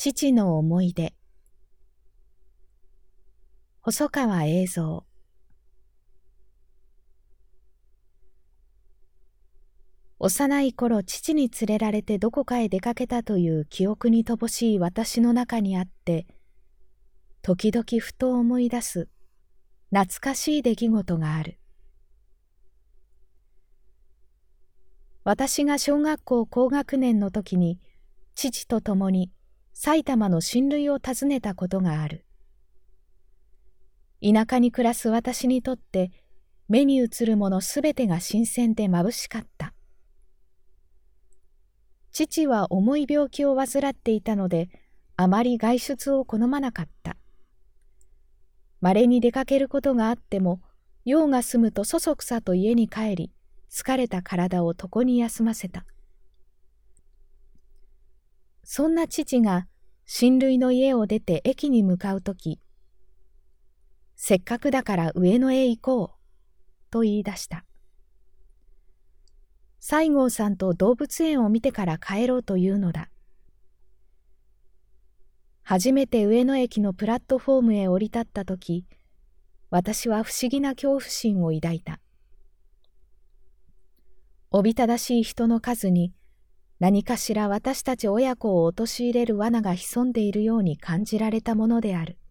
父の思い出。細川栄三。幼い頃、父に連れられてどこかへ出かけたという記憶に乏しい私の中にあって、時々ふと思い出す懐かしい出来事がある。私が小学校高学年の時に、父と共に埼玉の親類を訪ねたことがある。田舎に暮らす私にとって、目に映るものすべてが新鮮で眩しかった。父は重い病気を患っていたので、あまり外出を好まなかった。稀に出かけることがあっても、用が済むとそそくさと家に帰り、疲れた体を床に休ませた。そんな父が親類の家を出て駅に向かうとき、せっかくだから上野へ行こう、と言い出した。西郷さんと動物園を見てから帰ろうというのだ。初めて上野駅のプラットフォームへ降り立ったとき、私は不思議な恐怖心を抱いた。おびただしい人の数に、何かしら私たち親子を陥れる罠が潜んでいるように感じられたものである。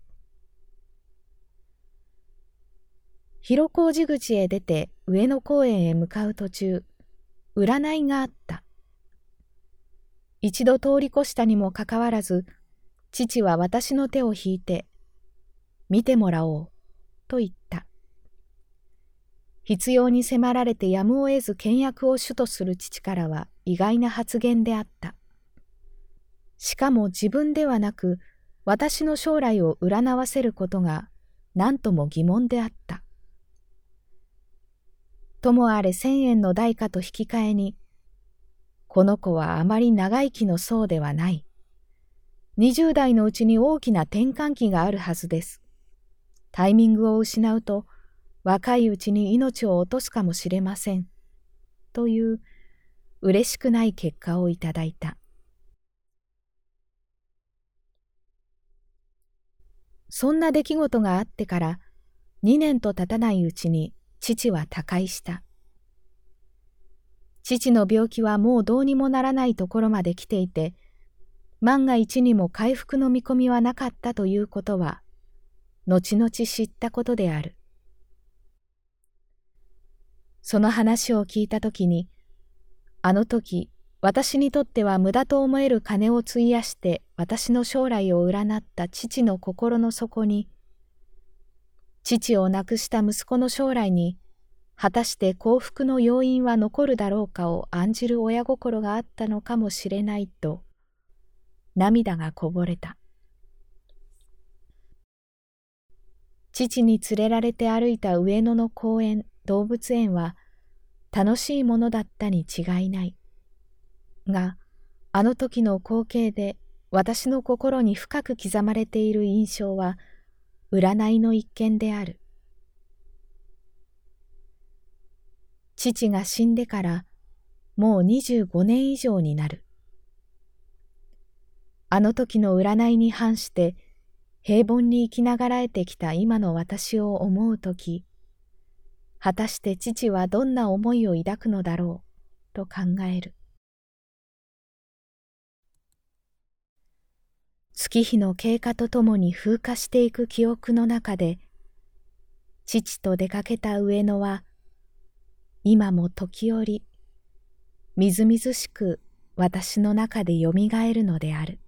広小路口へ出て上野公園へ向かう途中、占いがあった。一度通り越したにもかかわらず、父は私の手を引いて、見てもらおう、と言った。必要に迫られてやむを得ず倹約を主とする父からは意外な発言であった。しかも自分ではなく、私の将来を占わせることが何とも疑問であった。ともあれ1000円の代価と引き換えに、この子はあまり長生きのそうではない。20代のうちに大きな転換期があるはずです。タイミングを失うと、若いうちに命を落とすかもしれません。という嬉しくない結果をいただいた。そんな出来事があってから2年と経たないうちに父は他界した。父の病気はもうどうにもならないところまで来ていて、万が一にも回復の見込みはなかったということは、後々知ったことである。その話を聞いたときに、あの時、私にとっては無駄と思える金を費やして私の将来を占った父の心の底に、父を亡くした息子の将来に、果たして幸福の要因は残るだろうかを案じる親心があったのかもしれないと、涙がこぼれた。父に連れられて歩いた上野の公園、動物園は楽しいものだったに違いない。が、あの時の光景で私の心に深く刻まれている印象は、占いの一件である。父が死んでからもう25年以上になる。あの時の占いに反して平凡に生きながらえてきた今の私を思うとき、果たして父はどんな思いを抱くのだろうと考える。月日の経過とともに風化していく記憶の中で、父と出かけた上野は、今も時折、みずみずしく私の中でよみがえるのである。